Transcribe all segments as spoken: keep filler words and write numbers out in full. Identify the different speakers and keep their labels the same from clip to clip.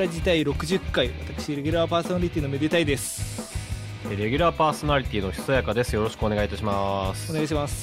Speaker 1: ラジ第ろくじゅっかい、私レギュラーパーソナリティのめでたいです。
Speaker 2: レギュラーパーソナリティのひそやかです。よろしくお願いいたします。
Speaker 1: お願いします。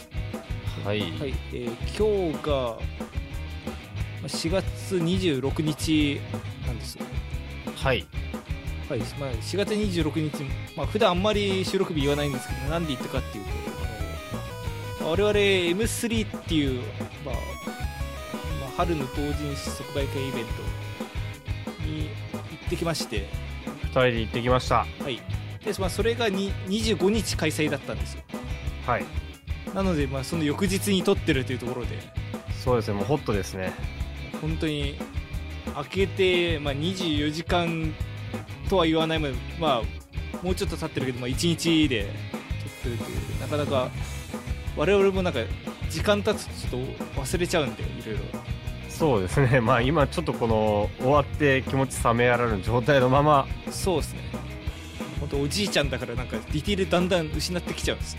Speaker 2: はい、
Speaker 1: はい、えー、今日がしがつにじゅうろくにちなんですよ。
Speaker 2: はい、
Speaker 1: はい、まあ、しがつにじゅうろくにち、まあ、普段あんまり収録日言わないんですけど、なんで言ったかっていうと、あの我々 エムスリー っていう、まあまあ、春の同人誌即売会イベントに行ってきまして、
Speaker 2: ふたりで行ってきました。
Speaker 1: はい。で、まあ、それがににじゅうごにち開催だったんですよ。
Speaker 2: はい。
Speaker 1: なので、まあ、その翌日に撮ってるというところで、
Speaker 2: そうですね、もうホットですね。
Speaker 1: 本当に開けて、まあ、にじゅうよじかんとは言わないまで、まあ、もうちょっと経ってるけど、まあ、いちにちで撮ってるという、なかなか我々もなんか時間経つとちょっと忘れちゃうんで、いろいろ。
Speaker 2: そうですね、まあ今ちょっとこの終わって気持ち冷めやらぬ状態のまま。
Speaker 1: そうですね、本当おじいちゃんだからなんかディティールだんだん失ってきちゃうんです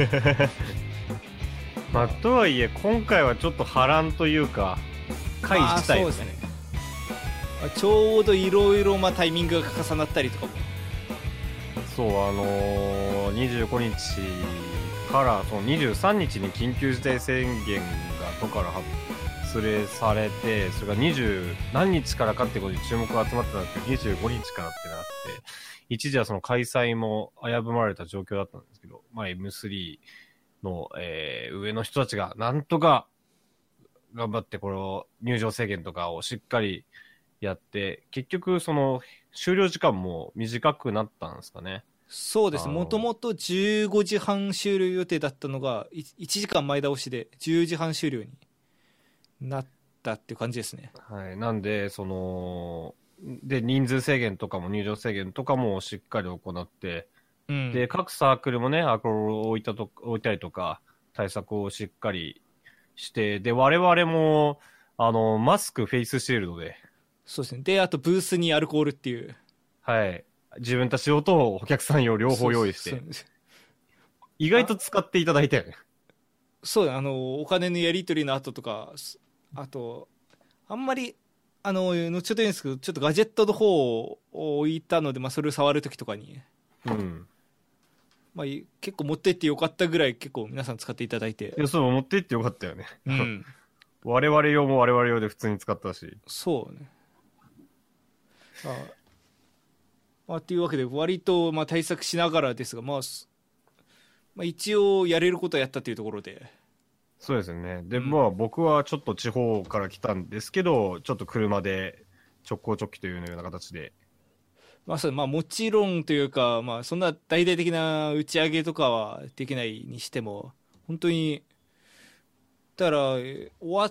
Speaker 2: まあとはいえ今回はちょっと波乱というか回自体ですね。
Speaker 1: まあ、ちょうどいろいろタイミングが重なったりとかも。
Speaker 2: そうあのー、にじゅうごにちからそのにじゅうさんにちに緊急事態宣言が都から発令されて、それがにじゅうなんにちからかってことに注目が集まったんですけど、にじゅうごにちからってなって一時はその開催も危ぶまれた状況だったんですけど、まあ、エムスリー の、えー、上の人たちがなんとか頑張ってこの入場制限とかをしっかりやって、結局その終了時間も短くなったんですかね。
Speaker 1: そうですね、もともとじゅうごじはん終了予定だったのがいちじかんまえ倒しでじゅうじはん終了になったっていう感じですね。
Speaker 2: はい、なんでそので人数制限とかも入場制限とかもしっかり行って、うん、で各サークルもねアルコールを置いたと置いたりとか対策をしっかりして、で我々もあのマスクフェイスシールドで、
Speaker 1: そうですね、であとブースにアルコールっていう、
Speaker 2: はい、自分たち用とお客さん用両方用意して、意外と使っていただいたよね。
Speaker 1: そうあのお金のやり取りの後とか、あとあんまりあの後ほど言うんですけど、ちょっとガジェットの方を置いたので、まあ、それを触るときとかに、うんまあ、結構持ってってよかったぐらい結構皆さん使っていただいて。
Speaker 2: いやそう持ってってよかったよね、
Speaker 1: うん、
Speaker 2: 我々用も我々用で普通に使ったし。
Speaker 1: そうね、あまあ、っていうわけで割とまあ対策しながらですが、まあ、まあ一応やれることはやったというところで。
Speaker 2: そうですよね。で、うん、まあ僕はちょっと地方から来たんですけど、ちょっと車で直行直帰というような形で。
Speaker 1: まあそう、まあもちろんというか、まあそんな大々的な打ち上げとかはできないにしても、本当に、だから終わって、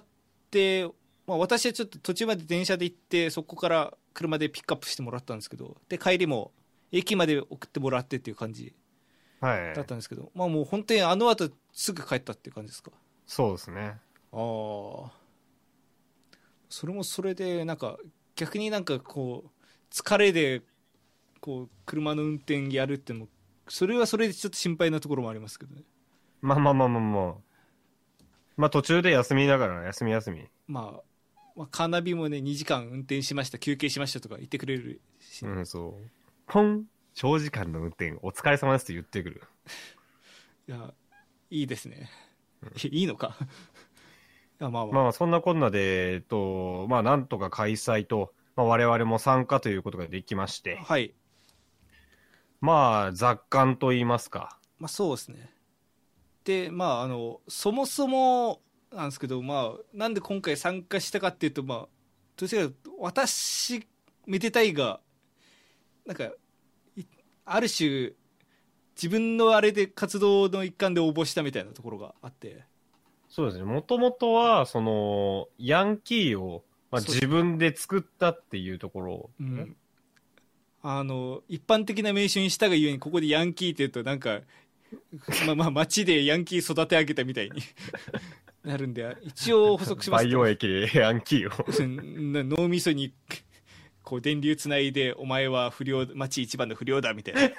Speaker 1: まあ私はちょっと途中まで電車で行って、そこから車でピックアップしてもらったんですけど、で帰りも駅まで送ってもらってっていう感じだったんですけど、はい、まあもう本当にあの後すぐ帰ったっていう感じですか。
Speaker 2: そうですね。
Speaker 1: ああ、それもそれでなんか逆になんかこう疲れでこう車の運転やるってのも、それはそれでちょっと心配なところもありますけどね。
Speaker 2: まあまあまあまあまあまあ途中で休みながら休み休み、
Speaker 1: まあ、まあカーナビもねにじかん運転しました休憩しましたとか言ってくれるし、
Speaker 2: うん、そうポン長時間の運転お疲れ様ですと言ってくる
Speaker 1: いやいいですね、うん、いいのかいやまあまあ、
Speaker 2: まあそんなこんなでえっとまあなんとか開催と、まあ、我々も参加ということができまして、
Speaker 1: はい、
Speaker 2: まあ雑感と言いますか、
Speaker 1: まあそうですね。でまああのそもそもなんですけど、まあなんで今回参加したかっていうと、まあどちらかというと私めでたいがなんかある種自分のあれで活動の一環で応募したみたいなところがあって。
Speaker 2: そうですね、もともとはそのヤンキーを、まあ、自分で作ったっていうところを、うん、
Speaker 1: あの一般的な名称にしたがゆえにここでヤンキーって言うとなんかまあまあ街でヤンキー育て上げたみたいになるんで、一応補足しますと、
Speaker 2: 培養液でヤンキーを
Speaker 1: 脳みそにこう電流つないでお前は不良町一番の不良だみたいない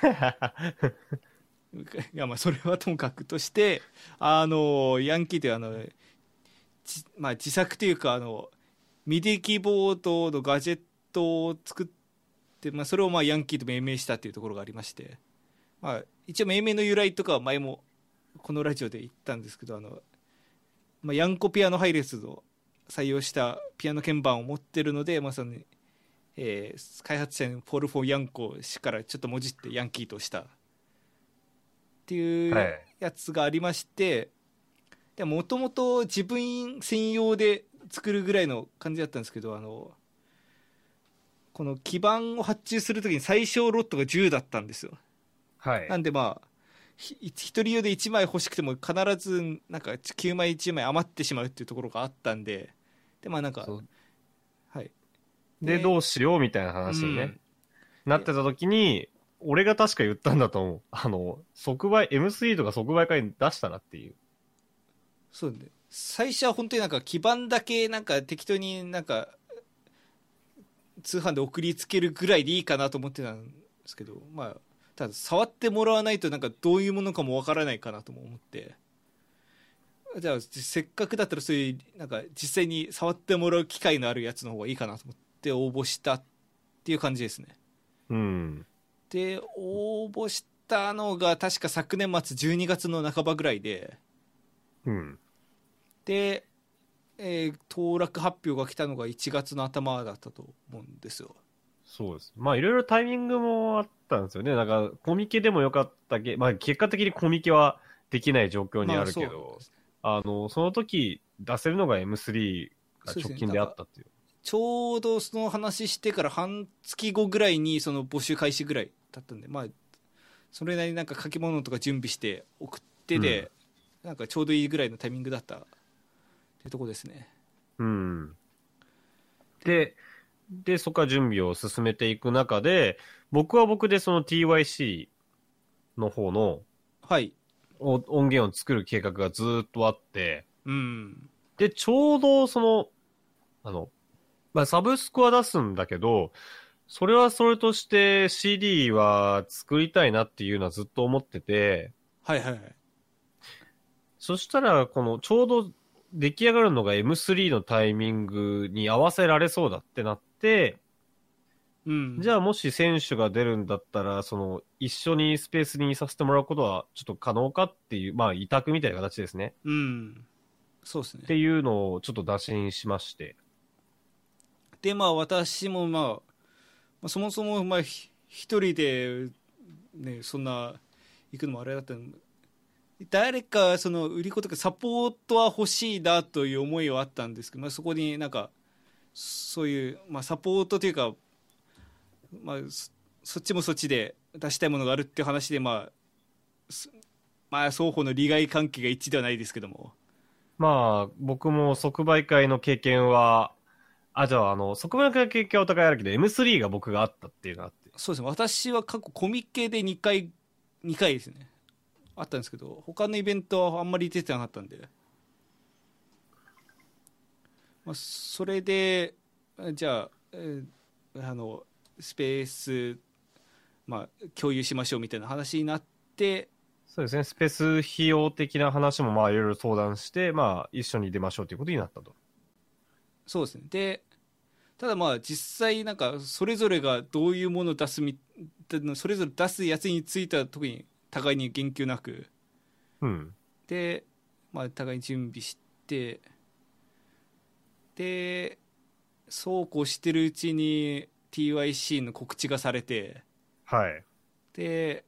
Speaker 1: やまあそれはともかくとして、あのヤンキーってあの、まあ、自作というかあのミディキーボードのガジェットを作って、まあ、それをまあヤンキーと命名したっていうところがありまして、まあ、一応命名の由来とかは前もこのラジオで言ったんですけど、あの、まあ、ヤンコピアノ配列を採用したピアノ鍵盤を持ってるので、まあそのえー、開発者のポール・フォー・ヤンコ氏からちょっともじってヤンキーとしたっていうやつがありまして、もともと自分専用で作るぐらいの感じだったんですけど、あのこの基板を発注するときに最小ロットがじゅうだったんですよ。
Speaker 2: はい。
Speaker 1: なんでまあ一人用でいちまい欲しくても必ずなんかきゅうまいじゅうまい余ってしまうっていうところがあったんで、でまあなんかはい
Speaker 2: でどうしようみたいな話にね、うん、なってた時に俺が確か言ったんだと思う。あの即売 エムスリー とか即売会に出したなっていう。
Speaker 1: そうね、最初は本当になんか基板だけなんか適当になんか通販で送りつけるぐらいでいいかなと思ってたんですけど、まあただ触ってもらわないとなんかどういうものかもわからないかなとも思って、じゃあせっかくだったらそういうなんか実際に触ってもらう機会のあるやつの方がいいかなと思って応募したっていう感じですね。
Speaker 2: うん。
Speaker 1: で応募したのが確か昨年末じゅうにがつの半ばぐらいで、
Speaker 2: うん。
Speaker 1: で、えー、当落発表が来たのがいちがつの頭だったと思うんですよ。
Speaker 2: そうです。まあいろいろタイミングもあったんですよね。なんかコミケでもよかったけ、まあ結果的にコミケはできない状況にあるけど、まあ、あのその時出せるのが エムスリー が直近であったっていう。
Speaker 1: ちょうどその話してから半月後ぐらいにその募集開始ぐらいだったんで、まあそれなりになんか書き物とか準備して送ってで、うん、なんかちょうどいいぐらいのタイミングだったっていうところですね。
Speaker 2: うん。で。で、そこから準備を進めていく中で、僕は僕でその ティーワイシー の方の、
Speaker 1: はい。
Speaker 2: 音源を作る計画がずっとあって、
Speaker 1: うん。
Speaker 2: で、ちょうどその、あの、まあ、サブスクは出すんだけど、それはそれとして シーディー は作りたいなっていうのはずっと思ってて、
Speaker 1: はいはいはい。
Speaker 2: そしたら、この、ちょうど出来上がるのが エムスリー のタイミングに合わせられそうだってなって、
Speaker 1: うん、
Speaker 2: じゃあもし選手が出るんだったら、その一緒にスペースにいさせてもらうことはちょっと可能かっていう、まあ委託みたいな形ですね。
Speaker 1: うん。そうですね。
Speaker 2: っていうのをちょっと打診しまして。
Speaker 1: で、まあ私もまあ、まあ、そもそもまあ一人でね、そんな行くのもあれだったんで、誰かその売り子とかサポートは欲しいなという思いはあったんですけど、まあ、そこになんかそういう、まあ、サポートというか、まあ、そ, そっちもそっちで出したいものがあるっていう話で、まあ、まあ双方の利害関係が一致ではないですけども、
Speaker 2: まあ僕も即売会の経験はあじゃああの即売会の経験はお互いあるけど エムスリー が僕があったっていうのがあって、
Speaker 1: そうですね、私は過去コミケでにかいにかいですねあったんですけど、他のイベントはあんまり出てなかったんで、まあ、それでじゃあ、えー、あのスペース、まあ、共有しましょうみたいな話になって、
Speaker 2: そうですね、スペース費用的な話もまあいろいろ相談して、まあ、一緒に出ましょうということになったと。
Speaker 1: そうですね。でただまあ実際なんかそれぞれがどういうものを出すみそれぞれ出すやつについては特に互いに言及なく、
Speaker 2: うん、
Speaker 1: で、まあ、互いに準備してでそうこうしてるうちに ティーワイシー の告知がされて、
Speaker 2: はい、
Speaker 1: で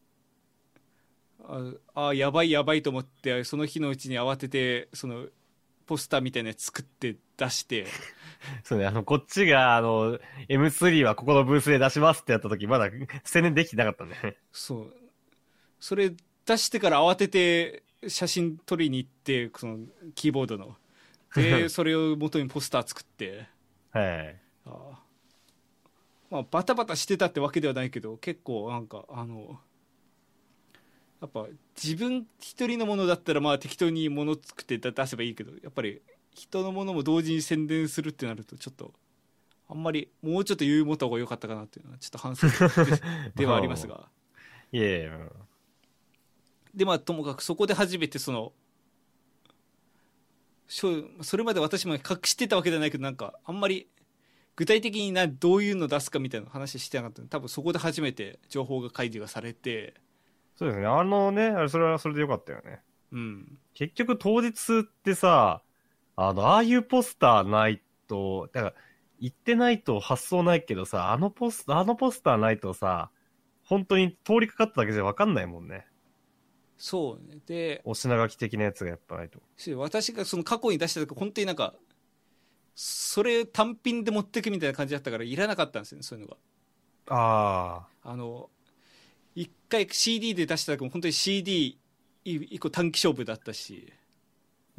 Speaker 1: ああやばいやばいと思ってその日のうちに慌ててそのポスターみたいなやつ作って出して
Speaker 2: そうね、あのこっちがあの エムスリー はここのブースで出しますってやった時まだ宣伝できてなかったね。
Speaker 1: そうそれ出してから慌てて写真撮りに行ってそのキーボードのでそれを元にポスター作って
Speaker 2: はい
Speaker 1: あ、まあ、バタバタしてたってわけではないけど結構なんかあのやっぱ自分一人のものだったらまあ適当にもの作って出せばいいけど、やっぱり人のものも同時に宣伝するってなるとちょっとあんまりもうちょっと余裕持った方が良かったかなっていうのはちょっと反省 で, ではありますが
Speaker 2: いやいや
Speaker 1: でまあともかくそこで初めてそのそれまで私も隠してたわけじゃないけどなんかあんまり具体的になどういうの出すかみたいな話してなかったので、多分そこで初めて情報が開示がされて。
Speaker 2: そうですね。あのね、あれ、それはそれでよかったよね。
Speaker 1: うん。
Speaker 2: 結局当日ってさ、あの、ああいうポスターないと、だから、行ってないと発想ないけどさ、あのポス、あのポスターないとさ、本当に通りかかっただけじゃ分かんないもんね。
Speaker 1: そうね。で、
Speaker 2: お品書き的なやつがやっぱないと。
Speaker 1: 私がその過去に出した時、本当になんか、それ単品で持ってくみたいな感じだったからいらなかったんですよね、そういうのが。
Speaker 2: あ
Speaker 1: あ。あの、一回 シーディー で出した時も本当に シーディー 一個短期勝負だったし、
Speaker 2: うん。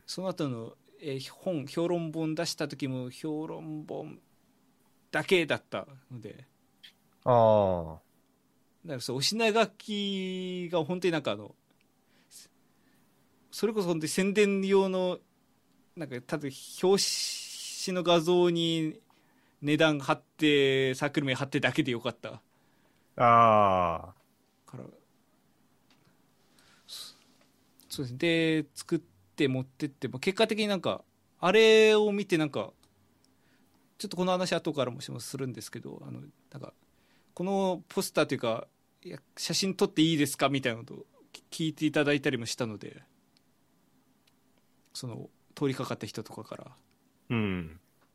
Speaker 1: その後の、えー本、評論本出した時も評論本だけだったので、
Speaker 2: ああ。
Speaker 1: だからそうお品書きが本当になんかあのそれこそ本当に宣伝用のなんかただ表紙の画像に値段貼ってサークル名貼ってだけでよかった
Speaker 2: ああ。
Speaker 1: からそうですね。で作って持ってっても結果的になんかあれを見てなんかちょっとこの話後からもしもするんですけど、あのなんかこのポスターというかいや写真撮っていいですかみたいなのと聞いていただいたりもしたので、その通りかかった人とかから、
Speaker 2: うん。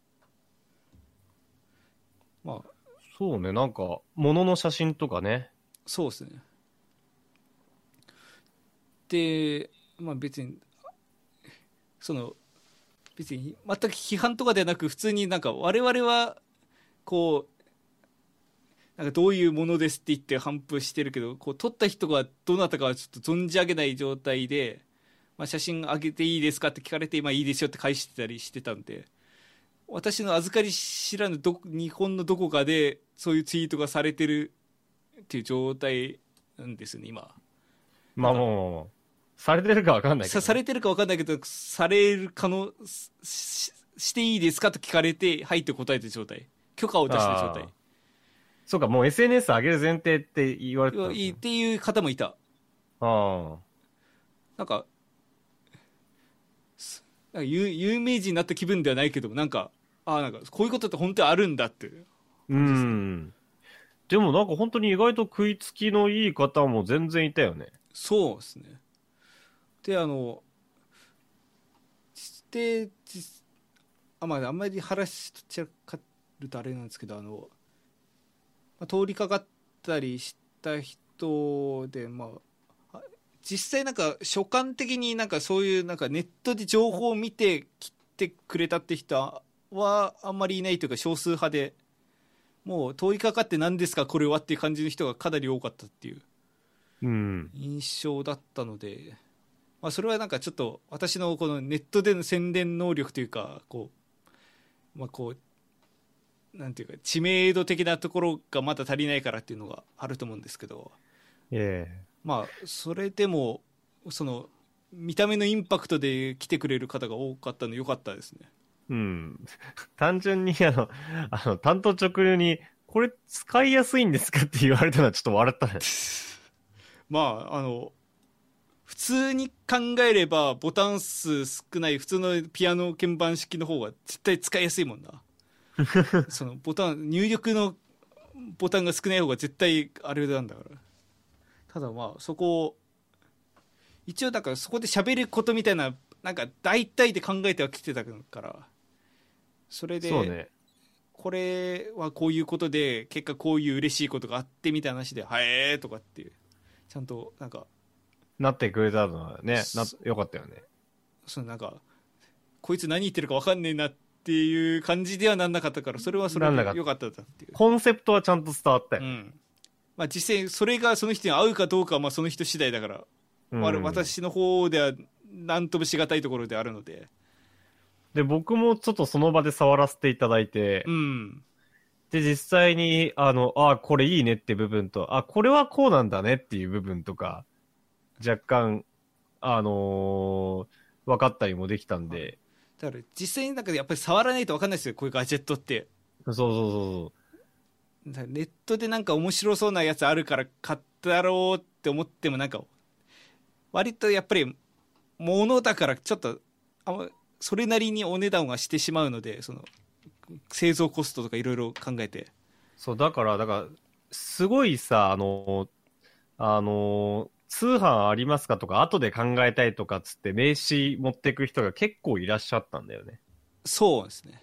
Speaker 1: まあ
Speaker 2: そうね、なんか、物の写真とかね。
Speaker 1: そうですね。で、まあ別にその別に全く批判とかではなく、普通になんか我々はこうなんかどういうものですって言って反布してるけど、こう撮った人がどなたかはちょっと存じ上げない状態で、まあ、写真上げていいですかって聞かれて、まあいいですよって返してたりしてたんで、私の預かり知らぬど日本のどこかでそういうツイートがされてるっていう状態なんですよね今。
Speaker 2: まあもう、されてるかわかんないけど、ね、
Speaker 1: さされてるか分かんないけど、される可能 し, していいですかと聞かれてはいって答えた状態、許可を出した状態。
Speaker 2: そうか、もう エスエヌエス 上げる前提って言われてたんですね。
Speaker 1: っていう方もいた。
Speaker 2: ああ。
Speaker 1: なんかなんか 有, 有名人になった気分ではないけども、なんかあなんかこういうことって本当にあるんだって、ね、
Speaker 2: うんでもなんか本当に意外と食いつきのいい方も全然いたよね。
Speaker 1: そうですね。であのであ、まあ、あんまり話とちゃかるとあれなんですけど、あの、まあ、通りかかったりした人で、まあ実際なんか所感的になんかそういうなんかネットで情報を見て切ってくれたって人はあんまりいないというか少数派で、もう通りかかって何ですかこれはっていう感じの人がかなり多かったっていう印象だったので、まあ、それはなんかちょっと私のこのネットでの宣伝能力というか、こう、まあ、こうなんていうか知名度的なところがまだ足りないからっていうのがあると思うんですけど、
Speaker 2: ええ
Speaker 1: まあそれでもその見た目のインパクトで来てくれる方が多かったのでよかったですね。
Speaker 2: うん単純にあのあの単刀直入にこれ使いやすいんですかって言われたのはちょっと笑ったね
Speaker 1: まああの普通に考えればボタン数少ない普通のピアノ鍵盤式の方が絶対使いやすいもんなそのボタン入力のボタンが少ない方が絶対あれなんだから。ただまあそこを一応だからそこで喋ることみたいななんか大体で考えてはきてたから、それで
Speaker 2: そうね、
Speaker 1: これはこういうことで結果こういう嬉しいことがあってみたいな話ではえーとかっていうちゃんとなんか
Speaker 2: なってくれたのはねなよかったよね。
Speaker 1: そのなんかこいつ何言ってるか分かんねえなっていう感じではなんなかったから、それはそれでよかったっていう
Speaker 2: コンセプトはちゃんと伝わったよ、
Speaker 1: うんまあ、実際それがその人に合うかどうかはまあその人次第だから、うん、私の方では何ともしがたいところであるので、
Speaker 2: で僕もちょっとその場で触らせていただいて、
Speaker 1: うん、
Speaker 2: で実際にあのあこれいいねって部分とあこれはこうなんだねっていう部分とか若干あのー、分かったりもできたんで、
Speaker 1: だから実際になんかやっぱり触らないと分かんないですよこういうガジェットって。
Speaker 2: そうそうそうそう
Speaker 1: ネットでなんか面白そうなやつあるから買ったろうって思ってもなんか割とやっぱり物だからちょっとあそれなりにお値段はしてしまうので、その製造コストとかいろいろ考えて。
Speaker 2: そうだからだからすごいさ、あのあの通販ありますかとか後で考えたいとかっつって名刺持ってく人が結構いらっしゃったんだよね。
Speaker 1: そうですね。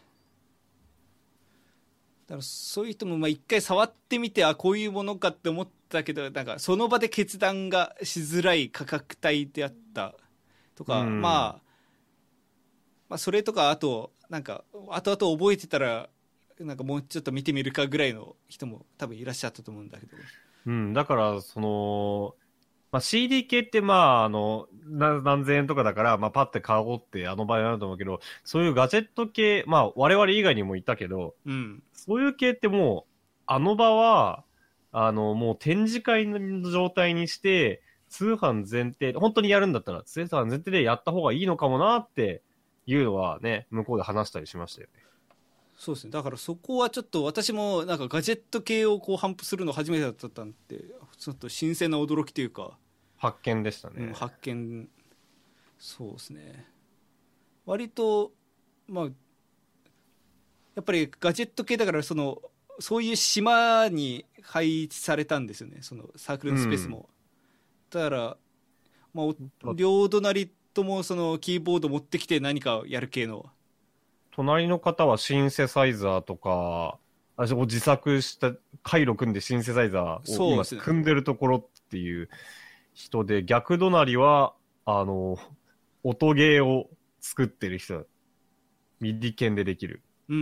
Speaker 1: だからそういう人もまあ一回触ってみて、あこういうものかって思ったけど、なんかその場で決断がしづらい価格帯であったとか、
Speaker 2: うん
Speaker 1: まあ、まあそれとか、あとなんか後々覚えてたらなんかもうちょっと見てみるかぐらいの人も多分いらっしゃったと思うんだけど。
Speaker 2: うん、だからその、まあ、シーディー 系ってまああのな何千円とかだから、まあ、パッて買おうってあの場合になると思うけど、そういうガジェット系、まあ我々以外にもいたけど、
Speaker 1: うん、
Speaker 2: そういう系ってもうあの場はあのもう展示会の状態にして通販前提、本当にやるんだったら通販前提でやった方がいいのかもなっていうのはね、向こうで話したりしましたよね。
Speaker 1: そうですね。だからそこはちょっと私もなんかガジェット系をこう頒布するの初めてだったんで、ちょっと新鮮な驚きというか、
Speaker 2: 発見でしたね。
Speaker 1: うん、発見。そうですね。割とまあやっぱりガジェット系だから、そのそういう島に配置されたんですよね、そのサークルのスペースも。うん、だから、まあ、両隣ともそのキーボード持ってきて何かやる系の。
Speaker 2: 隣の方はシンセサイザーとか、あそこ自作した回路組んでシンセサイザーを今組んでるところっていう人で、逆隣はあの音ゲーを作ってる人、ミディ鍵でできる。
Speaker 1: うん。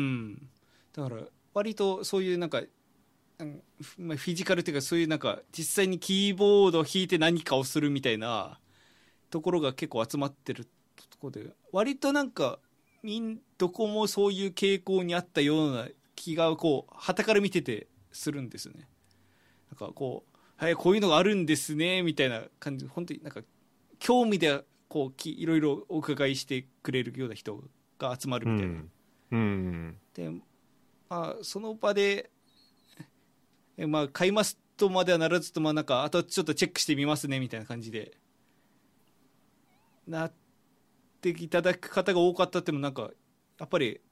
Speaker 1: だから割とそういうなんか、まあ、フィジカルっていうか、そういうなんか実際にキーボードを弾いて何かをするみたいなところが結構集まってるところで、割となんかみんどこもそういう傾向にあったような気がこう傍から見ててするんですよね。なんかこう、はい、こういうのがあるんですねみたいな感じで、本当になんか興味でこうきいろいろお伺いしてくれるような人が集まるみたいな。
Speaker 2: うんうん、
Speaker 1: で、まあ、その場で、えまあ、買いますとまではならずと、まあ、なんかあとちょっとチェックしてみますねみたいな感じでなっていただく方が多かったっていうのも、なんかやっぱり、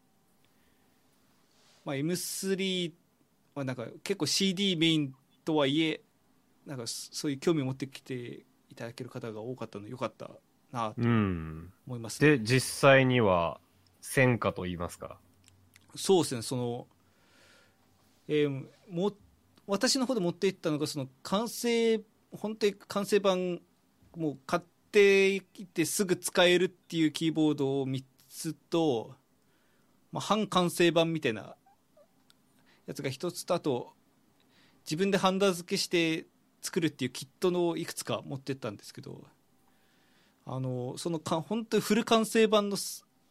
Speaker 1: まあ、エムスリー はなんか結構 シーディー メインとはいえ、なんかそういう興味を持ってきていただける方が多かったのでよかったなと思います、
Speaker 2: ね、うん、で実際には戦果と言いますか。
Speaker 1: そうですね。その、えー、も私の方で持っていったのが、その完成本当に完成版もう買っていってすぐ使えるっていうキーボードをみっつと、まあ、半完成版みたいなやつがひとつと、あと自分でハンダ付けして作るっていうキットのいくつか持ってったんですけど、あのそのか本当にフル完成版の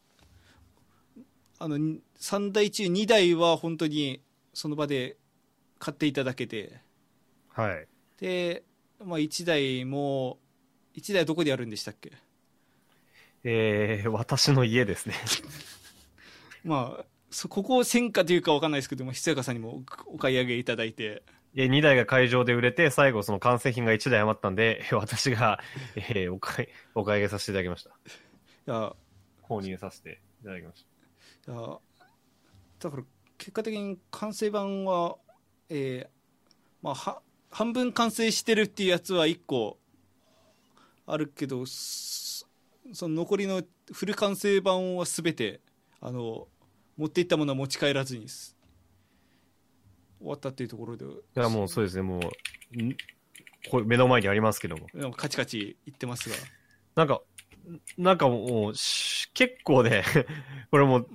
Speaker 1: あのさんだい中にだいは本当にその場で買っていただけて、
Speaker 2: はい、で、
Speaker 1: まあ、いちだいもいちだいはどこでやるんでしたっけ。
Speaker 2: えー、私の家ですね
Speaker 1: まあそここを戦果というか分かんないですけども、ひつやかさんにもお買い上げいただいて、
Speaker 2: にだいが会場で売れて、最後その完成品がいちだい余ったんで、私が、えー、お買いお買い上げさせていただきました。い
Speaker 1: や
Speaker 2: 購入させていただきました。
Speaker 1: いやだから結果的に完成版は、えーまあ、は半分完成してるっていうやつはいっこあるけど、その残りのフル完成版は全てあの持っていったものは持ち帰らずに終わったっていうところで、い
Speaker 2: やもうそうですね、もうこれ目の前にありますけども、
Speaker 1: カチカチいってますが、
Speaker 2: なんかなんかもう結構ねこれもう、
Speaker 1: うん、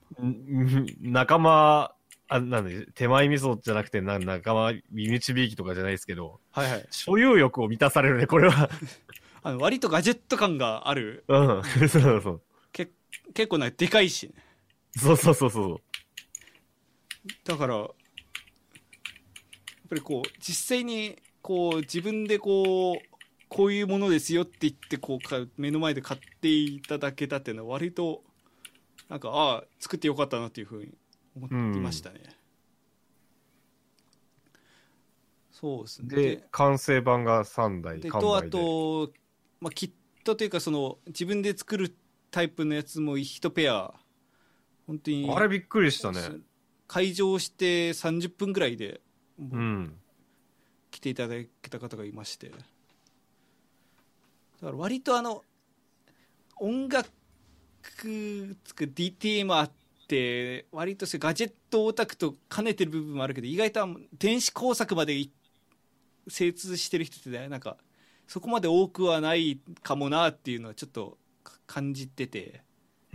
Speaker 2: 仲間あなんで手前味噌じゃなくてな仲間身導きとかじゃないですけど、
Speaker 1: はいはい、
Speaker 2: 所有欲を満たされるねこれは
Speaker 1: あの割とガジェット感がある、
Speaker 2: うんそうそう
Speaker 1: け結構なでかいし、ね、
Speaker 2: そうそうそうそう、
Speaker 1: だからやっぱりこう実際にこう自分でこうこういうものですよって言ってこう目の前で買っていただけたっていうのは割となんかああ作ってよかったなっていうふうに思っていましたね、うん、そうですね。
Speaker 2: で完成版がさんだい
Speaker 1: でとあと、まあ、キットというかその自分で作るタイプのやつもいちペア本当に
Speaker 2: あれびっくりしたね。
Speaker 1: 開場してさんじゅっぷんぐらいで、
Speaker 2: うん、
Speaker 1: 来ていただけた方がいまして、だから割とあの音楽つく ディーティーエム あって割とガジェットオタクと兼ねてる部分もあるけど、意外と電子工作まで精通してる人ってね、なんかそこまで多くはないかもなっていうのはちょっと感じてて、
Speaker 2: うん、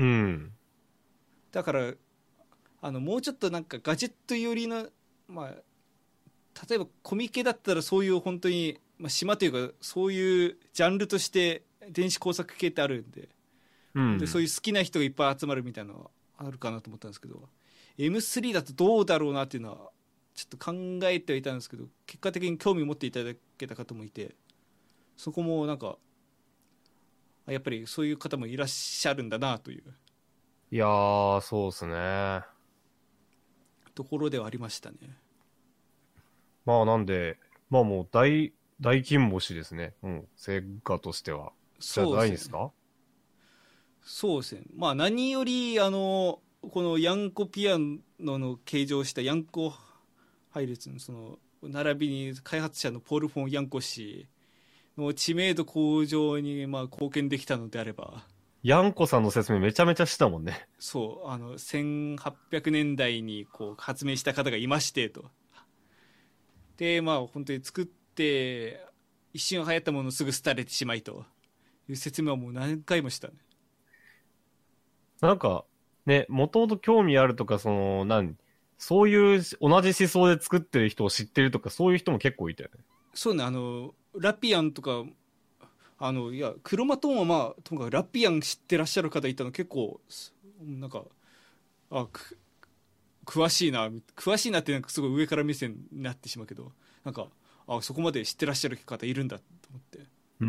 Speaker 1: だからあのもうちょっとなんかガジェット寄りの、まあ例えばコミケだったらそういう本当に、まあ、島というかそういうジャンルとして電子工作系ってあるんで、うん、でそういう好きな人がいっぱい集まるみたいなのはあるかなと思ったんですけど、 エムスリー だとどうだろうなっていうのはちょっと考えてはいたんですけど、結果的に興味を持っていただけた方もいて、そこもなんかやっぱりそういう方もいらっしゃるんだなという、
Speaker 2: いやーそうですね、
Speaker 1: ところではありましたね。
Speaker 2: まあなんでまあもう大大金星ですね、うん、成果としては。じゃないですか。
Speaker 1: そうですね、まあ何よりあのこのヤンコピアノの形状したヤンコ配列のその並びに開発者のポール・フォン・ヤンコ氏の知名度向上にまあ貢献できたのであれば。
Speaker 2: ヤンコさんの説明めちゃめちゃしたもんね。
Speaker 1: そうあのせんはっぴゃくねんだいにこう発明した方がいましてと、でまあ本当に作って一瞬流行ったものをすぐ廃れてしまいという説明はもう何回もしたね。
Speaker 2: なんかね、もともと興味あるとか、その何そういう同じ思想で作ってる人を知ってるとか、そういう人も結構いたよね。
Speaker 1: そうね、あのラピアンとか、あのいやクロマトーンはまあともかくラピアン知ってらっしゃる方いたの結構なんかあく詳しいな詳しいなってなんかすごい上から目線になってしまうけど、なんかあそこまで知ってらっしゃる方いるんだと思って。
Speaker 2: うん。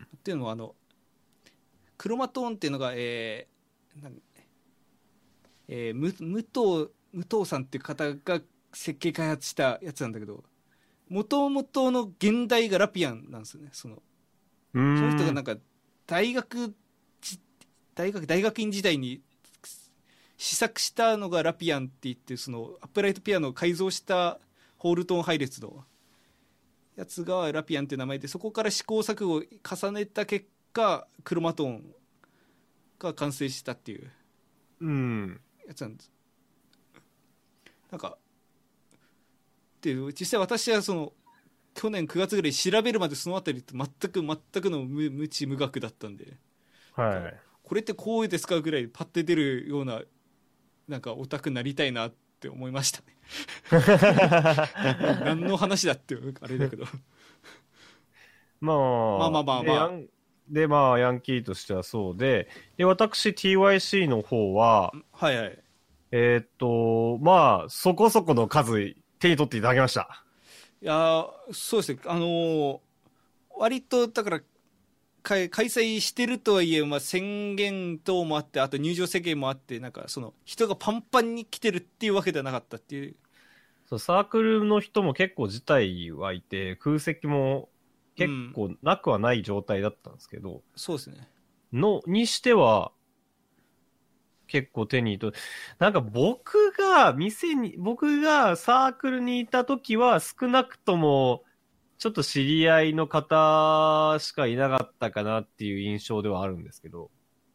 Speaker 1: っていうのはあのクロマトーンっていうのが、えーなんえー、武藤武藤さんっていう方が設計開発したやつなんだけど、もともとの現代がラピアンなんですよね。そのその人がなんか大学大学大学院時代に試作したのがラピアンって言って、そのアップライトピアノを改造したホールトーン配列のやつがラピアンっていう名前で、そこから試行錯誤を重ねた結果クロマトーンが完成したっていうやつなんです。なんかで実際私はその去年くがつぐらい調べるまでそのあたりって全く全くの 無, 無知無学だったんで、
Speaker 2: はい、
Speaker 1: これってこうですかぐらいパッて出るようななんかオタクになりたいなって思いましたね何の話だってあれだけど
Speaker 2: まあ
Speaker 1: まあまあまあまあ
Speaker 2: でまあヤンキーとしてはそうで、で私 ティーワイシー の方は
Speaker 1: はいはい
Speaker 2: えー、っとまあそこそこの数手に取っていただきました。
Speaker 1: いやそうですね、あのー、割とだから開催してるとはいえ、まあ、宣言等もあって、あと入場制限もあって、なんかその人がパンパンに来てるっていうわけではなかったっていう。
Speaker 2: そうサークルの人も結構自体はいて、空席も結構なくはない状態だったんですけど、うん、
Speaker 1: そうですね
Speaker 2: のにしては結構手にと、なんか僕が店に僕がサークルにいた時は少なくともちょっと知り合いの方しかいなかったかなっていう印象ではあるんですけど。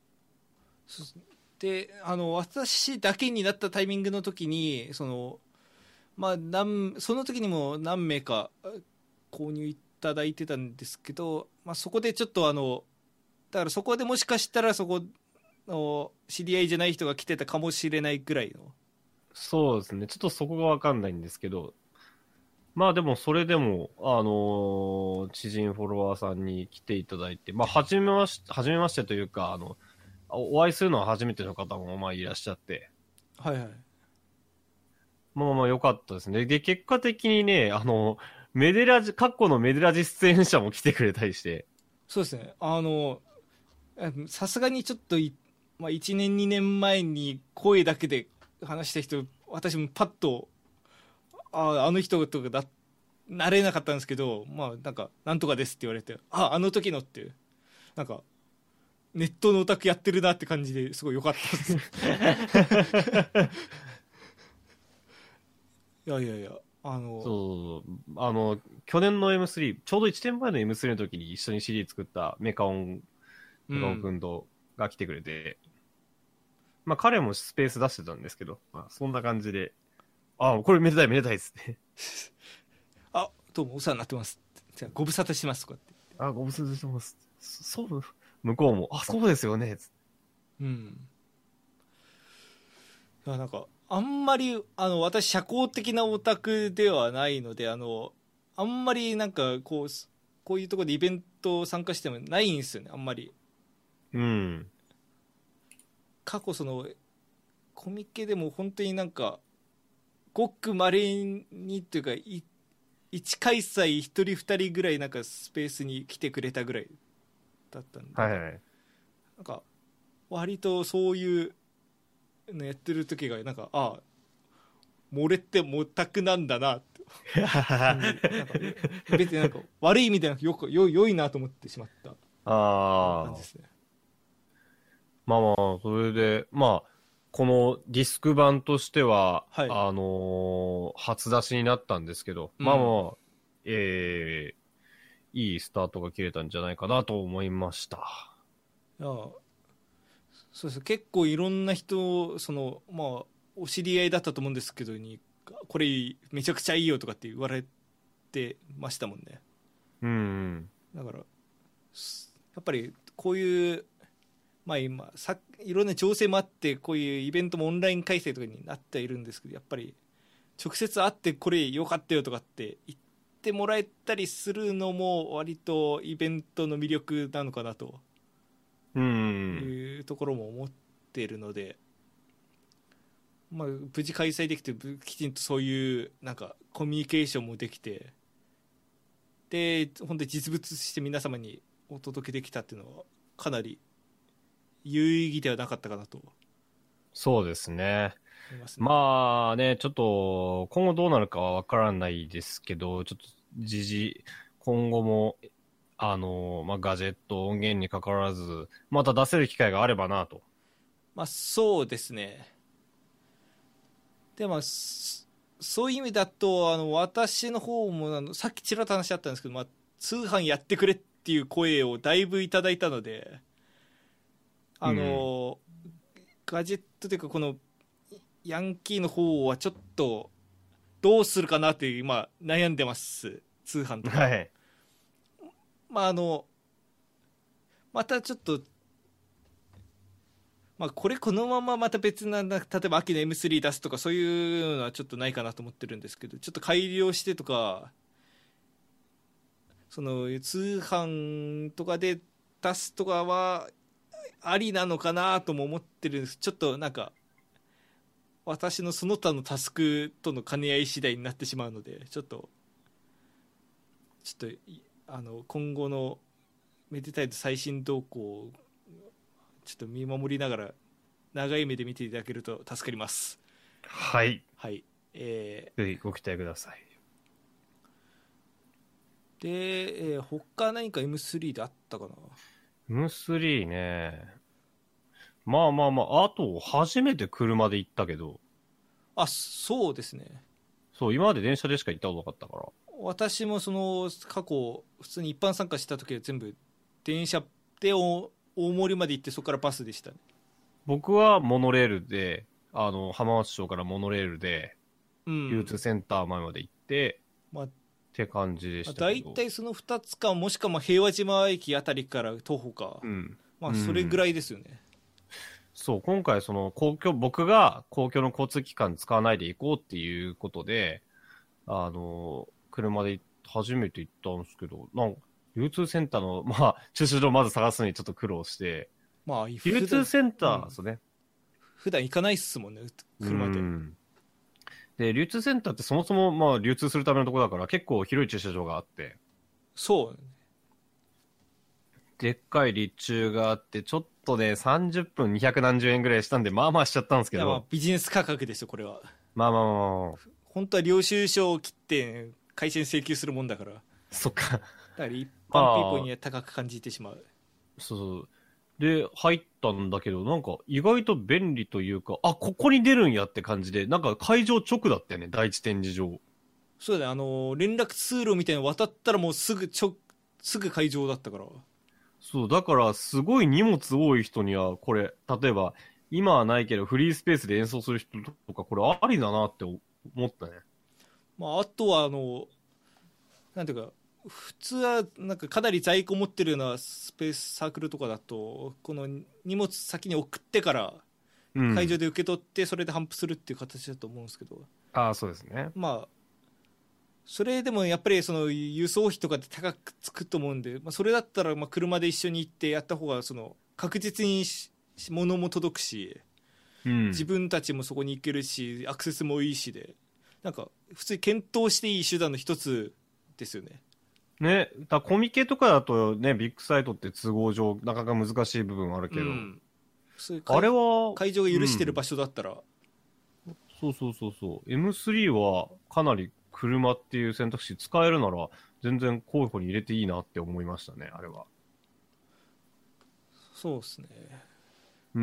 Speaker 1: で、あの私だけになったタイミングの時にそのまあ何その時にも何名か購入いただいてたんですけど、まあ、そこでちょっとあのだからそこでもしかしたらそこの知り合いじゃない人が来てたかもしれないぐらいの。
Speaker 2: そうですね、ちょっとそこが分かんないんですけど、まあでもそれでもあのー、知人フォロワーさんに来ていただいて、まあ初めまして初めましてというか、あのお会いするのは初めての方もまあいらっしゃって、
Speaker 1: はいはい、
Speaker 2: まあまあ良かったですね。で結果的にね、あのメデラジ過去のメデラジ出演者も来てくれたりして。
Speaker 1: そうですね、あのさすがにちょっとい、まあ、いちねんにねんまえに声だけで話した人、私もパッとああの人とかだなれなかったんですけど、まあなんかなんとかですって言われて、ああの時のっていう、なんかネットのオタクやってるなって感じですごい良かったですいやいやいやあの
Speaker 2: そうあの去年の エムスリー ちょうどいちねんまえの エムスリー の時に一緒に シーディー 作ったメカオンメカオン君とが来てくれて、うん、まあ彼もスペース出してたんですけど、まあ、そんな感じであこれめでたいめでたいっすね
Speaker 1: あどうもお世話になってますじゃあご無沙汰してますとかって
Speaker 2: あご無沙汰してますそう向こうもあそうですよねつ
Speaker 1: うんいやなんかあんまりあの私社交的なオタクではないのであのあんまりなんかこうこういうところでイベント参加してもないんですよねあんまり
Speaker 2: うん
Speaker 1: 過去そのコミケでも本当になんかごくまれにっていうかいいち開催ひとりふたりぐらいなんかスペースに来てくれたぐらいだったんで、
Speaker 2: はいはい、
Speaker 1: なんか割とそういうのやってる時がなんかああ漏れってモタクなんだなってなんか別になんか悪い意味でなくよくよ良いなと思ってしまった感じですね。
Speaker 2: まあまあそれでまあこのディスク版としては、はい、あのー、初出しになったんですけど、うん、まあまあ、えー、いいスタートが切れたんじゃないかなと思いました。
Speaker 1: いやそうです。結構いろんな人そのまあお知り合いだったと思うんですけどにこれめちゃくちゃいいよとかって言われてましたもんね。
Speaker 2: うん、うん、
Speaker 1: だからやっぱりこういうまあ今さいろんな情勢もあってこういうイベントもオンライン開催とかになっているんですけどやっぱり直接会ってこれ良かったよとかって言ってもらえたりするのも割とイベントの魅力なのかなというところも思っているので、まあ、無事開催できてきちんとそういうなんかコミュニケーションもできてで本当に実物して皆様にお届けできたっていうのはかなり有意義ではなかったかなと。
Speaker 2: そうですね。まあねちょっと今後どうなるかはわからないですけどちょっと時事今後もあの、まあ、ガジェット音源に関わらずまた出せる機会があればなと。
Speaker 1: まあそうですね。でもそういう意味だとあの私の方もあのさっきちらっと話しあったんですけど、まあ、通販やってくれっていう声をだいぶいただいたのであの、うん、ガジェットというかこのヤンキーの方はちょっとどうするかなって今悩んでます通販とか、
Speaker 2: はい、
Speaker 1: まああのまたちょっとまあこれこのまままた別な例えば秋の エムスリー 出すとかそういうのはちょっとないかなと思ってるんですけどちょっと改良してとかその通販とかで出すとかはありなのかなとも思ってるんです。ちょっとなんか私のその他のタスクとの兼ね合い次第になってしまうのでちょっとちょっとあの今後のめでたいと最新動向をちょっと見守りながら長い目で見ていただけると助かります。
Speaker 2: はい
Speaker 1: はい、え
Speaker 2: ー、ぜひご期待ください。
Speaker 1: で、えー、他何か エムスリー であったかな。
Speaker 2: エムスリー ねまあまあまああと初めて車で行ったけど
Speaker 1: あそうですね
Speaker 2: そう今まで電車でしか行ったことなかったから
Speaker 1: 私もその過去普通に一般参加した時は全部電車で大森まで行ってそこからバスでしたね。
Speaker 2: 僕はモノレールであの浜松町からモノレールで流通センター前まで行って、うん、まあ、って感じでしたけど、まあ、大
Speaker 1: 体そのふたつかもしくは平和島駅あたりから徒歩か、うん、まあそれぐらいですよね、うん、
Speaker 2: そう今回その公共僕が公共の交通機関使わないで行こうっていうことであの車で初めて行ったんですけどなんか流通センターの、まあ、駐車場まず探すのにちょっと苦労して、まあ、流通センター、うん、そうね
Speaker 1: 普段行かないっすもんね車で。
Speaker 2: で流通センターってそもそもまあ流通するためのところだから結構広い駐車場があって
Speaker 1: そう
Speaker 2: でっかい立柱があってちょっとねさんじゅっぷんにひゃくなんじゅうえんぐらいしたんでまあまあしちゃったんですけどいやまあ
Speaker 1: ビジネス価格ですよこれは。
Speaker 2: まあまあまあまあ
Speaker 1: 本当は領収書を切って回線請求するもんだから
Speaker 2: そっか
Speaker 1: だから一般ピーポーには高く感じてしまう。
Speaker 2: そうそうで、入ったんだけど、なんか意外と便利というか、あ、ここに出るんやって感じで、なんか会場直だったよね、第一展示場。
Speaker 1: そうだね、あの連絡通路みたいなの渡ったらもうすぐちょすぐ会場だったから。
Speaker 2: そう、だからすごい荷物多い人には、これ、例えば、今はないけどフリースペースで演奏する人とか、これありだなって思ったね。
Speaker 1: まあ、あとはあのなんていうか、普通はなんかかなり在庫持ってるようなスペースサークルとかだと、この荷物先に送ってから会場で受け取ってそれで頒布するっていう形だと思うんですけど、うん、
Speaker 2: ああ、そうですね。
Speaker 1: まあそれでもやっぱりその輸送費とかで高くつくと思うんで、まあ、それだったらまあ車で一緒に行ってやった方がその確実に物も届くし、うん、自分たちもそこに行けるしアクセスもいいしで、なんか普通に検討していい手段の一つですよね。
Speaker 2: ね、だコミケとかだとね、ビッグサイトって都合上なかなか難しい部分あるけど、うん、
Speaker 1: そういうあれは会場が許してる場所だったら、
Speaker 2: うん、そうそうそうそう エムスリー はかなり車っていう選択肢使えるなら全然候補に入れていいなって思いましたね、あれは。
Speaker 1: そうですね。
Speaker 2: うん、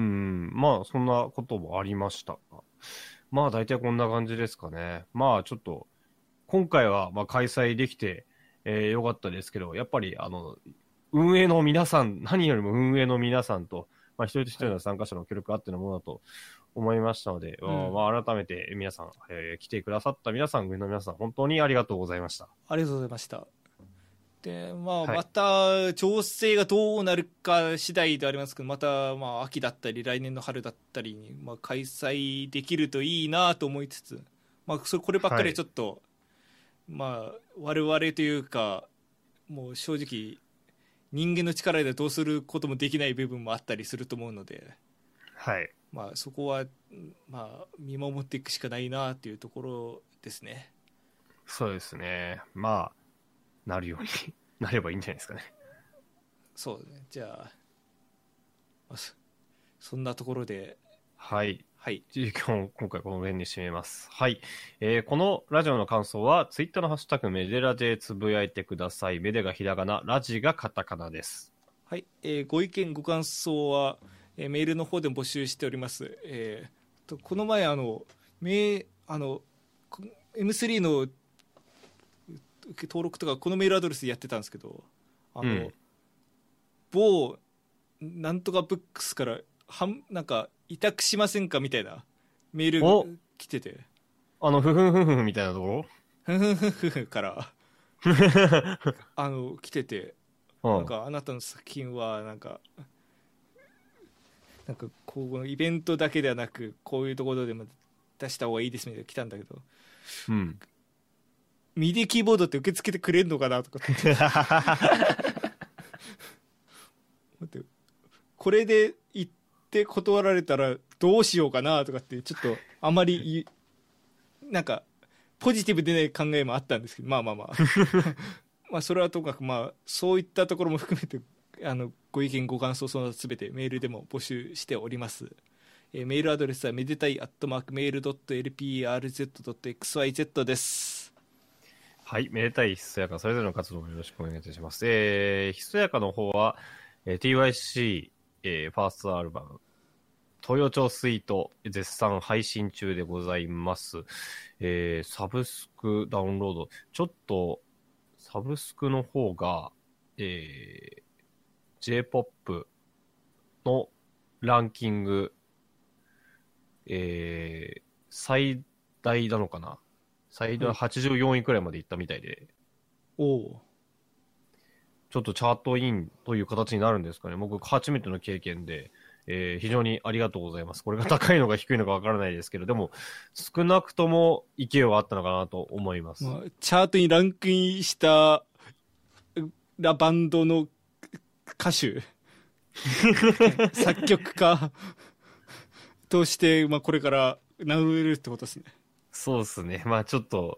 Speaker 2: まあそんなこともありました。まあ大体こんな感じですかね。まあちょっと今回はまあ開催できて、えー、よかったですけど、やっぱりあの運営の皆さん、何よりも運営の皆さんと、まあ、一人一人の参加者の協力あってのものだと思いましたので、はい、まあ、改めて皆さん、えー、来てくださった皆さん、運営の皆さん、本当にありがとうございました。
Speaker 1: ありがとうございました。で、まあ、また調整がどうなるか次第でありますけど、またまあ秋だったり来年の春だったりにまあ開催できるといいなと思いつつ、まあ、それこればっかりちょっと、はい、まあ我々というかもう正直人間の力でどうすることもできない部分もあったりすると思うので、
Speaker 2: はい、
Speaker 1: まあ、そこはまあ見守っていくしかないなというところですね。
Speaker 2: そうですね。まあなるようになればいいんじゃないですかね。
Speaker 1: そうね。じゃあそんなところで、
Speaker 2: はい。
Speaker 1: はい。
Speaker 2: 今日、今回この辺に締めます。はい。えー、このラジオの感想は、ツイッターのハッシュタグメデラでつぶやいてください。メデがひらがな、ラジがカタカナです。
Speaker 1: はい。えー、ご意見、ご感想は、えー、メールの方で募集しております。えー、とこの前、あの、メあの、エムスリー の登録とか、このメールアドレスでやってたんですけど、あの、うん、某、なんとかブックスから、はんなんか委託しませんかみたいなメールが来てて、
Speaker 2: あのふふんふんふんみたいなところ
Speaker 1: ふんふんふんふんからあの来てて、なんかあなたの作品はなんかなんかこうイベントだけではなくこういうところでも出した方がいいですみたいな来たんだけど、
Speaker 2: うん、
Speaker 1: ミディキーボードって受け付けてくれるのかなとかって待ってこれで言って断られたらどうしようかなとかってちょっとあまりなんかポジティブでない考えもあったんですけど、まあまあまあまあそれはともかくまあそういったところも含めてあのご意見ご感想そのすべてメールでも募集しております。えー、メールアドレスはめでたいアットマークメールドットエルピーアールゼットドットエックスワイゼットです。
Speaker 2: はい、めでたいひそやかそれぞれの活動もよろしくお願いいたします。えー、ひそやかの方は、えー、ティーワイシー、えー、ファーストアルバム東洋町スイート絶賛配信中でございます。えー、サブスクダウンロード。ちょっと、サブスクの方が、えー、J-ポップ のランキング、えー、最大なのかな最大はちじゅうよんいくらいまでいったみたいで。
Speaker 1: おお。
Speaker 2: ちょっとチャートインという形になるんですかね。僕、初めての経験で、えー、非常にありがとうございます。これが高いのか低いのかわからないですけど、でも少なくとも勢いはあったのかなと思います。
Speaker 1: まあ、チャートにランクインしたラバンドの歌手作曲家として、まあ、これから名乗れるってことですね。
Speaker 2: そうですね。まあちょっと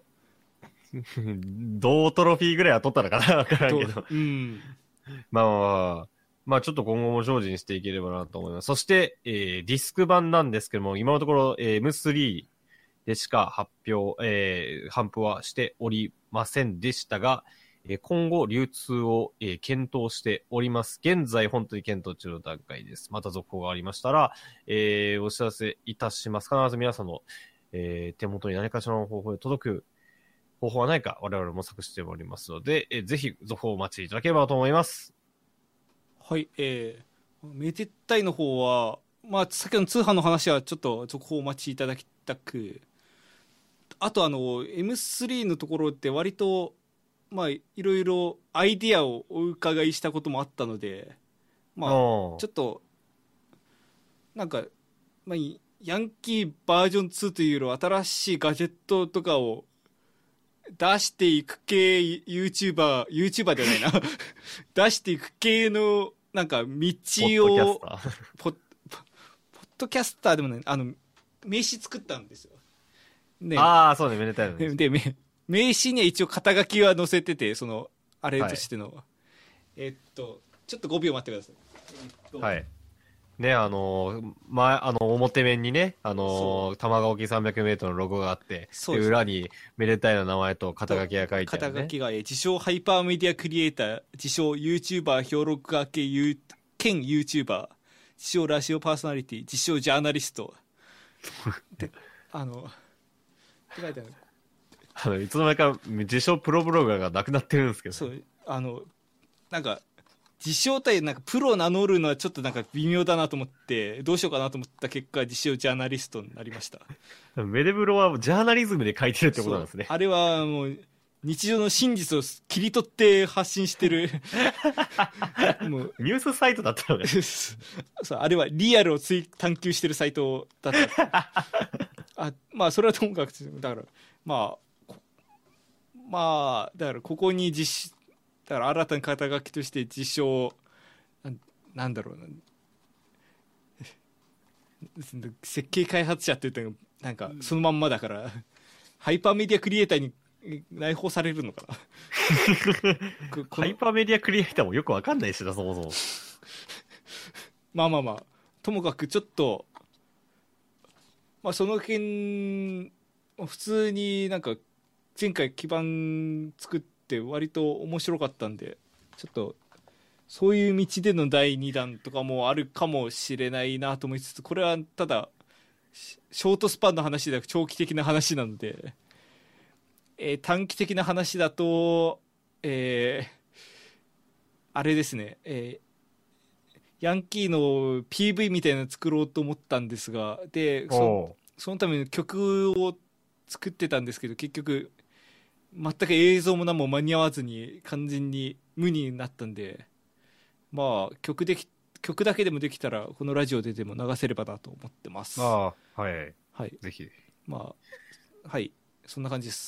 Speaker 2: 同トロフィーぐらいは取ったのかなわからんけど、うん、まあまあまあまあちょっと今後も精進していければなと思います。そして、えー、ディスク版なんですけども、今のところ、えー、エムスリー でしか発表、えー、頒布はしておりませんでしたが、 えー今後流通を、えー検討しております。現在本当に検討中の段階です。また続報がありましたら、えーお知らせいたします。必ず皆さんの、えー手元に何かしらの方法で届く方法はないか我々も模索しておりますので、えーぜひ続報をお待ちいただければと思います。
Speaker 1: はい、えー、めでたいの方は、まあ、さっきの通販の話はちょっと続報をお待ちいただきたく、あとあの エムスリー のところって割と、まあ、いろいろアイディアをお伺いしたこともあったので、まあ、ちょっとなんか、まあ、ヤンキーバージョンツーというよりは新しいガジェットとかを出していく系 YouTuber、YouTuber ではないな出していく系のなんか道をポッドキャスターでもね、あの名刺作ったんですよ、ね、
Speaker 2: ああそうねめでたいのね。
Speaker 1: で名刺には一応肩書きは載せてて、そのあれとしての、はい、えっとちょっとごびょう待ってください、えっと、
Speaker 2: はいね、あのー、前、あの、表面にね、あのー、玉川沖さんびゃくメートルのロゴがあって、で、裏にめでたいな名前と肩書きが書いてある、ね。
Speaker 1: 肩書きが、え自称ハイパーメディアクリエイター、自称 YouTuber 評論家系兼 YouTuber、自称ラジオパーソナリティ、自称ジャーナリスト。で、あの、って書いてある。
Speaker 2: あの、いつの間にか自称プロブロガーがなくなってるんですけど。
Speaker 1: そう、あの、なんか、自称対なんかプロ名乗るのはちょっとなんか微妙だなと思ってどうしようかなと思った結果自称ジャーナリストになりました。
Speaker 2: メデブロはジャーナリズムで書いてるってことなんですね。
Speaker 1: あれはもう日常の真実を切り取って発信してるもう
Speaker 2: ニュースサイトだったのね
Speaker 1: そうあれはリアルを追探求してるサイトだったあまあそれはともかくだからまあまあだからここに実だから新たな肩書きとして自称 な, なんだろうな設計開発者って言ったらなんかそのまんまだから、うん、ハイパーメディアクリエイターに内包されるのかな
Speaker 2: ハイパーメディアクリエイターもよくわかんないしなそもそも
Speaker 1: まあまあまあともかくちょっとまあその辺普通になんか前回基盤作ってって割と面白かったんでちょっとそういう道でのだいにだんとかもあるかもしれないなと思いつつ、これはただショートスパンの話では長期的な話なので、えー、短期的な話だと、えー、あれですね、えー、ヤンキーの ピーブイ みたいなの作ろうと思ったんですが、で そ, そのために曲を作ってたんですけど結局全く映像も何も間に合わずに完全に無になったんで、まあ曲でき曲だけでもできたらこのラジオででも流せればなと思ってます。
Speaker 2: ああはい、
Speaker 1: はい、
Speaker 2: ぜひ
Speaker 1: まあはいそんな感じです。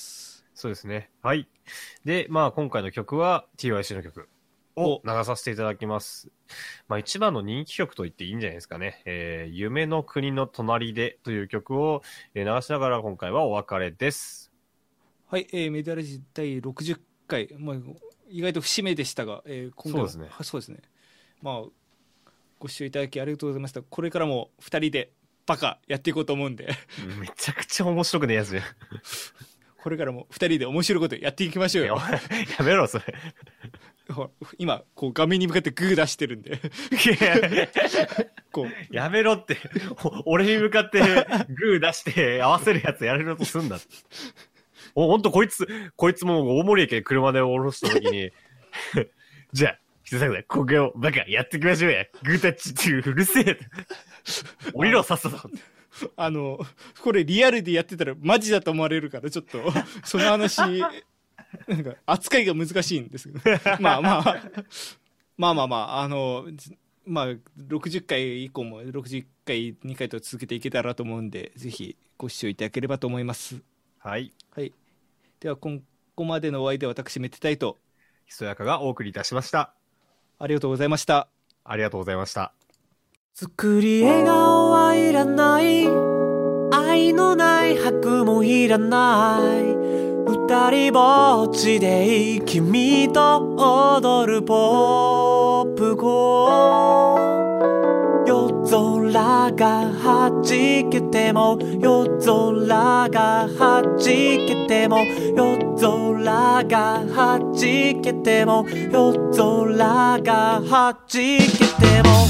Speaker 2: そうですね。はい。でまあ今回の曲は ティーワイシー の曲を流させていただきます。まあ一番の人気曲と言っていいんじゃないですかね。えー、夢の国の隣でという曲を流しながら今回はお別れです。
Speaker 1: はい、えー、メディアラジだいろくじゅっかい、まあ、意外と節目でしたが、えー、今回は
Speaker 2: そうですね。
Speaker 1: そうですね。まあご視聴いただきありがとうございました。これからもふたりでバカやっていこうと思うんで
Speaker 2: めちゃくちゃ面白くねえやつじゃん
Speaker 1: これからもふたりで面白いことやっていきましょうよ
Speaker 2: やめろそれ
Speaker 1: 今こう画面に向かってグー出してるんで
Speaker 2: こうやめろって俺に向かってグー出して合わせるやつやれるとすんだっておほんとこいつこいつも大森駅で車で降ろした時にじゃあ久々ここをバカやっていきましょうやグータッチっていううるせえ降りろさっさと
Speaker 1: あのこれリアルでやってたらマジだと思われるからちょっとその話なんか扱いが難しいんですけどまあまあまあまあまああのまあろくじゅっかい以降もろくじゅっかいにかいと続けていけたらと思うんでぜひご視聴いただければと思います。
Speaker 2: はい、
Speaker 1: はい、ではここまでのお相手は私メテタイと
Speaker 2: ひそやかがお送りいたしました。
Speaker 1: ありがとうございました。
Speaker 2: ありがとうございました。
Speaker 3: 作り笑顔はいらない、愛のない拍もいらない、二人ぼっちでいい君と踊るポップコーン、夜空がはじけても夜空がはじけても夜空がはじけても夜空がはじけても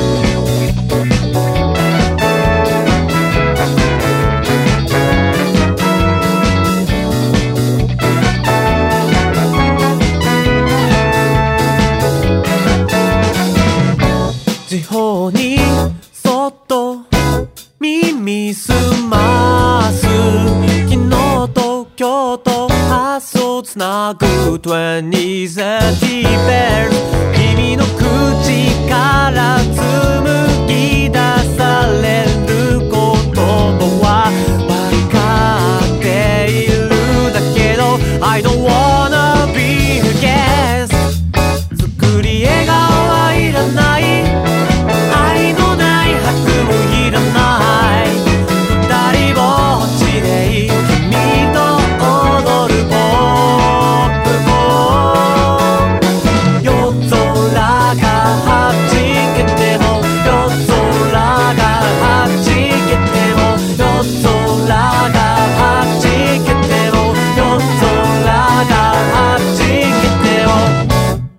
Speaker 3: 地方にそっと耳すます昨日と今日と明日をつなぐにじゅうさんベル君の口から紡ぎ出される言葉は分かっているだけど I don't wanna be a guest 作り笑顔はいらない愛のない拍もいらない二人ぼっちでいい君と踊るポップコーン夜空がはじけても夜空がはじけても夜空がはじけても夜空がはじけても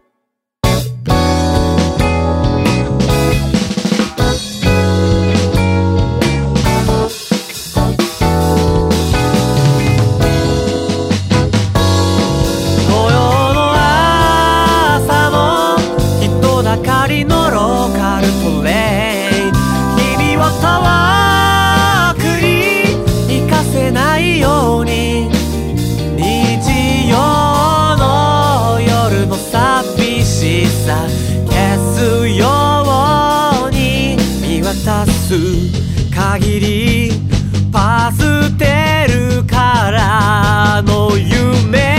Speaker 3: 限りパステルからの夢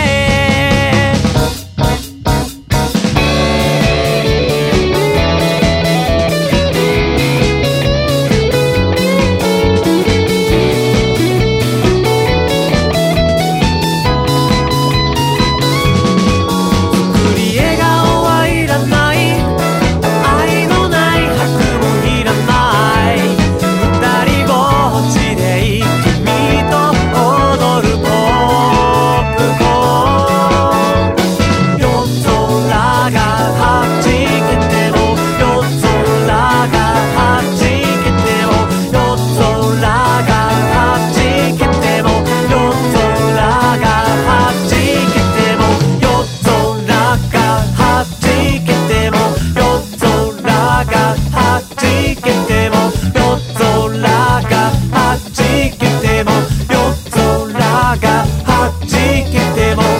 Speaker 3: 作り笑顔はいらない愛のない拍もいらない二人ぼっちでいい君と踊るポップコーン夜空がはじけても夜空がはじけても夜空がはじけても夜空がはじけても夜空がはじけても夜空がはじけても夜空がはじけても夜空がはじけても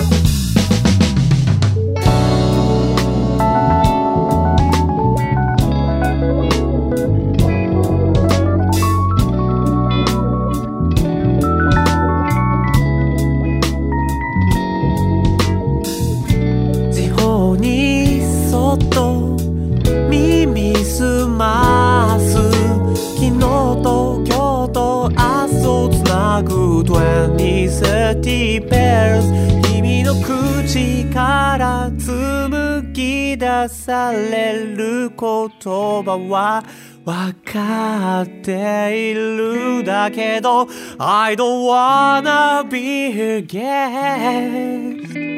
Speaker 3: 地方にそっと耳すます昨日と今日と明日をつなぐにじゅうさんベル君の口から紡ぎ出される言葉は分かっているだけど I don't wanna be a guest